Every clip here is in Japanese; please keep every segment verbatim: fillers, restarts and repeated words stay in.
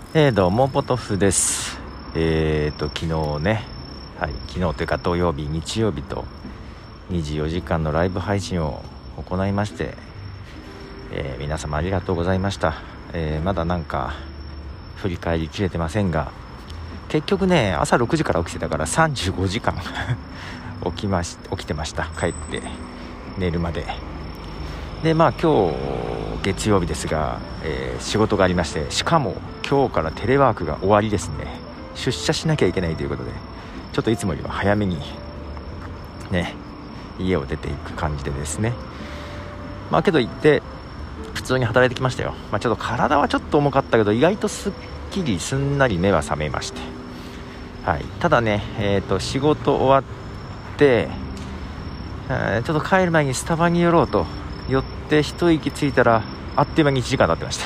えー、どうもポトフです。えーと昨日ね、はい、昨日というか土曜日日曜日とにじゅうよじかんのライブ配信を行いまして、えー、皆様ありがとうございました。えー、まだなんか振り返りきれてませんが、結局ね朝ろくじから起きてたからさんじゅうごじかん起きまし起きてました。帰って寝るまでで、まあ今日月曜日ですが、えー、仕事がありまして、しかも今日からテレワークが終わりですね。出社しなきゃいけないということで、ちょっといつもよりは早めにね家を出ていく感じでですね。まあけど行って普通に働いてきましたよ。まあちょっと体はちょっと重かったけど、意外とすっきりすんなり目は覚めまして、はい、ただね、えーと仕事終わって、えー、ちょっと帰る前にスタバに寄ろうと寄って一息ついたら、あっという間にいちじかん経ってました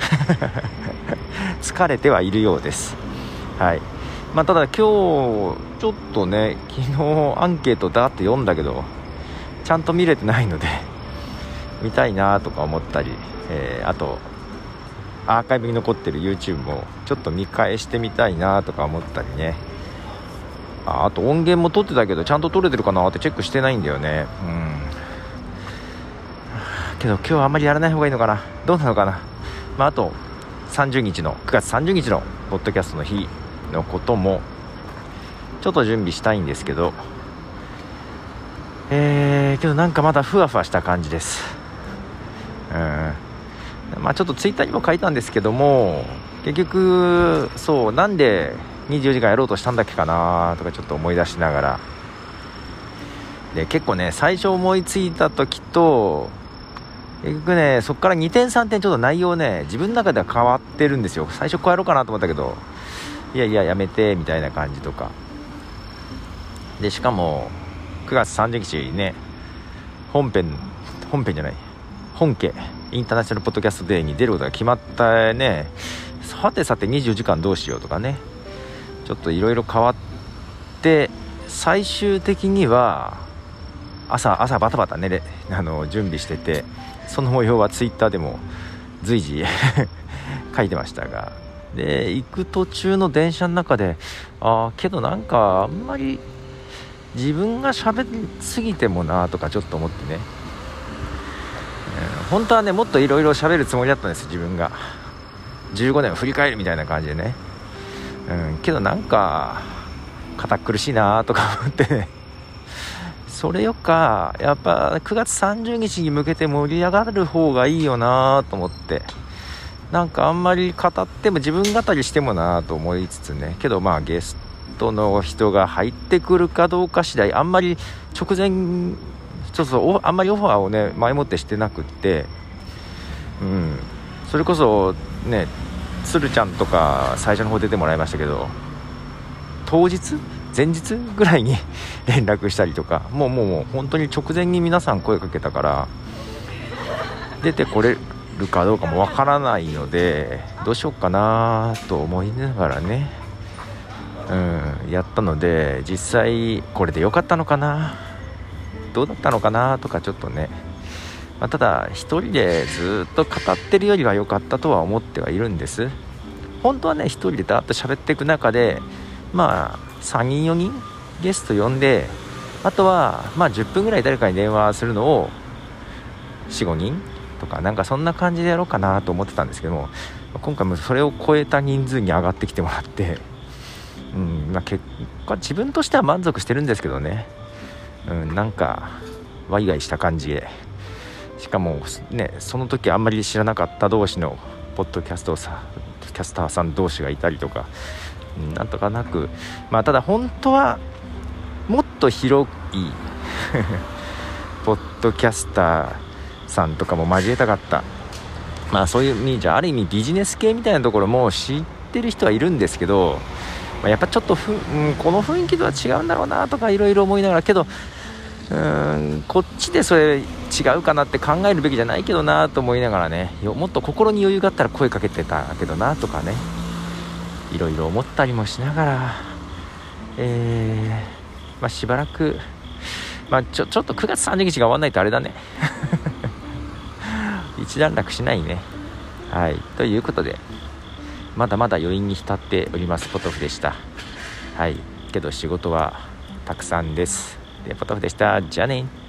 疲れてはいるようです。はい。まあ、ただ今日ちょっとね、昨日アンケートだって読んだけどちゃんと見れてないので見たいなとか思ったり、えー、あとアーカイブに残ってる YouTube もちょっと見返してみたいなとか思ったりね。 あ, あと音源も撮ってたけどちゃんと撮れてるかなってチェックしてないんだよね。うんけど今日はあんまりやらない方がいいのかな、どうなのかな。まあ、あとさんじゅうにちのくがつさんじゅうにちのポッドキャストの日のこともちょっと準備したいんですけど、えー、けどなんかまだふわふわした感じです。うん、まあちょっとツイッターにも書いたんですけども、結局そうなんでにじゅうよじかんやろうとしたんだっけかなとかちょっと思い出しながらで、結構ね最初思いついた時と結局ねそこからにてんさんてんちょっと内容ね自分の中では変わってるんですよ。最初こうやろうかなと思ったけど、いやいややめてみたいな感じとかで、しかもくがつさんじゅうにちにね本編本編じゃない本家インターナショナルポッドキャストデーに出ることが決まったね。さてさてにじゅうじかんどうしようとかね、ちょっといろいろ変わって、最終的には朝朝バタバタねあの準備してて、その模様はツイッターでも随時書いてましたが、で行く途中の電車の中で、あけどなんかあんまり自分が喋りすぎてもなとかちょっと思ってね、えー、本当はねもっといろいろ喋るつもりだったんです。自分がじゅうごねんを振り返るみたいな感じでね、うん、けどなんか堅苦しいなとか思ってね、それよかやっぱくがつさんじゅうにちに向けて盛り上がる方がいいよなと思って、なんかあんまり語っても自分語りしてもなと思いつつね、けどまあゲストの人が入ってくるかどうか次第、あんまり直前ちょっとあんまりオファーをね前もってしてなくって、うん、それこそねつるちゃんとか最初の方出てもらいましたけど、当日前日ぐらいに連絡したりとか、もうもうもう本当に直前に皆さん声かけたから出てこれるかどうかもわからないので、どうしようかなと思いながらね、うん、やったので、実際これで良かったのかなどうだったのかなとかちょっとね、まあ、ただ一人でずっと語ってるよりは良かったとは思ってはいるんです。本当はね一人でダーッと喋っていく中で、まあさんにんよにんゲスト呼んで、あとはまあじゅっぷんぐらい誰かに電話するのを よん,ご 人とかなんかそんな感じでやろうかなと思ってたんですけども、今回もそれを超えた人数に上がってきてもらって、うんまあ、結果自分としては満足してるんですけどね、うん、なんかワイワイした感じで、しかもねその時あんまり知らなかった同士のポッドキャストさキャスターさん同士がいたりとか、うん、なんとかなく、まあただ本当はもっと広いポッドキャスターさんとかも交えたかった。まあそういう意味じゃある意味ビジネス系みたいなところも知ってる人はいるんですけど、まあ、やっぱちょっとふ、うん、この雰囲気とは違うんだろうなとかいろいろ思いながら、けどうーんこっちでそれ違うかなって考えるべきじゃないけどなと思いながらね、もっと心に余裕があったら声かけてたけどなとかね、いろいろ思ったりもしながら、えーまあ、しばらく、まあ、ちょ、ちょっとくがつさんじゅうにちが終わんないとあれだね一段落しないね。はいということで、 まだまだ余韻に浸っております。ポトフでした。はい、けど仕事はたくさんです。でポトフでした。じゃあね。